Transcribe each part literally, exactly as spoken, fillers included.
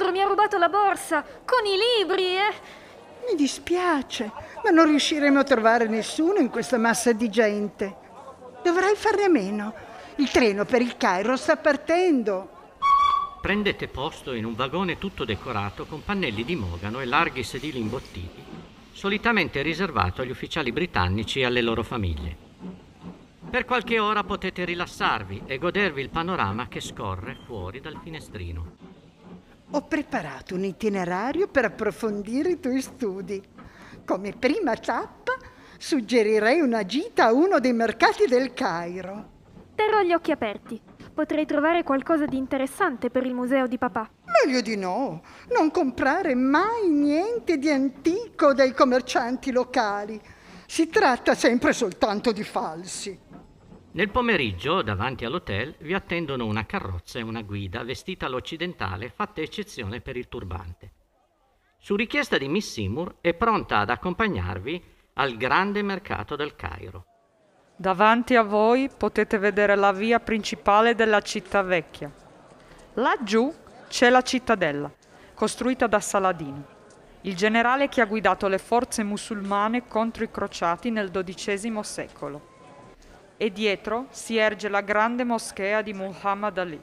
ladro mi ha rubato la borsa con i libri e... Mi dispiace, ma non riusciremo a trovare nessuno in questa massa di gente. Dovrai farne a meno. Il treno per il Cairo sta partendo. Prendete posto in un vagone tutto decorato con pannelli di mogano e larghi sedili imbottiti, solitamente riservato agli ufficiali britannici e alle loro famiglie. Per qualche ora potete rilassarvi e godervi il panorama che scorre fuori dal finestrino. Ho preparato un itinerario per approfondire i tuoi studi. Come prima tappa suggerirei una gita a uno dei mercati del Cairo. Terrò gli occhi aperti. Potrei trovare qualcosa di interessante per il museo di papà. Meglio di no. Non comprare mai niente di antico dai commercianti locali. Si tratta sempre soltanto di falsi. Nel pomeriggio, davanti all'hotel, vi attendono una carrozza e una guida vestita all'occidentale, fatta eccezione per il turbante. Su richiesta di Miss Seymour è pronta ad accompagnarvi al grande mercato del Cairo. Davanti a voi potete vedere la via principale della città vecchia. Laggiù c'è la cittadella, costruita da Saladino, il generale che ha guidato le forze musulmane contro i crociati nel dodicesimo secolo. E dietro si erge la grande moschea di Muhammad Ali.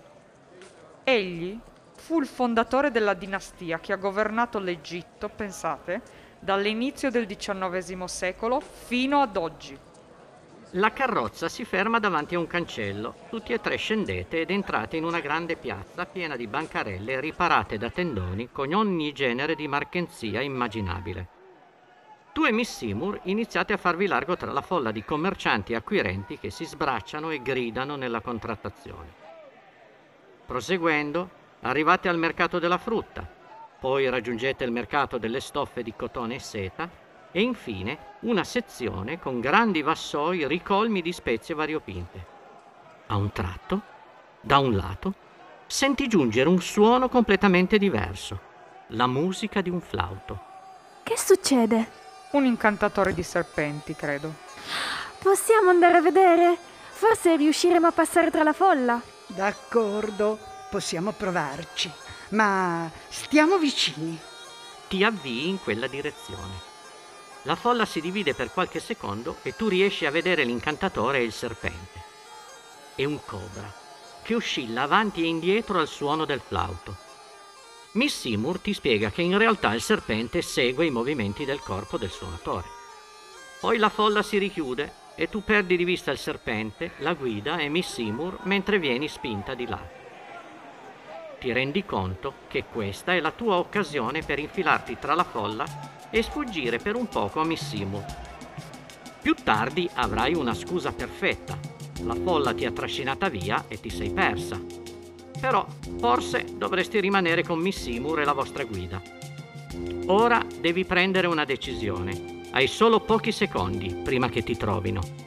Egli fu il fondatore della dinastia che ha governato l'Egitto, pensate, dall'inizio del diciannovesimo secolo fino ad oggi. La carrozza si ferma davanti a un cancello. Tutti e tre scendete ed entrate in una grande piazza piena di bancarelle riparate da tendoni con ogni genere di marchenzia immaginabile. Tu e Miss Seymour iniziate a farvi largo tra la folla di commercianti e acquirenti che si sbracciano e gridano nella contrattazione. Proseguendo, arrivate al mercato della frutta, poi raggiungete il mercato delle stoffe di cotone e seta e infine una sezione con grandi vassoi ricolmi di spezie variopinte. A un tratto, da un lato, senti giungere un suono completamente diverso, la musica di un flauto. Che succede? Un incantatore di serpenti, credo. Possiamo andare a vedere? Forse riusciremo a passare tra la folla. D'accordo, possiamo provarci, ma stiamo vicini. Ti avvii in quella direzione. La folla si divide per qualche secondo e tu riesci a vedere l'incantatore e il serpente. È un cobra che oscilla avanti e indietro al suono del flauto. Miss Seymour ti spiega che in realtà il serpente segue i movimenti del corpo del suonatore. Poi la folla si richiude e tu perdi di vista il serpente, la guida e Miss Seymour mentre vieni spinta di là. Ti rendi conto che questa è la tua occasione per infilarti tra la folla e sfuggire per un poco a Miss Seymour. Più tardi avrai una scusa perfetta. La folla ti ha trascinata via e ti sei persa. Però forse dovresti rimanere con Miss Seymour e la vostra guida. Ora devi prendere una decisione. Hai solo pochi secondi prima che ti trovino.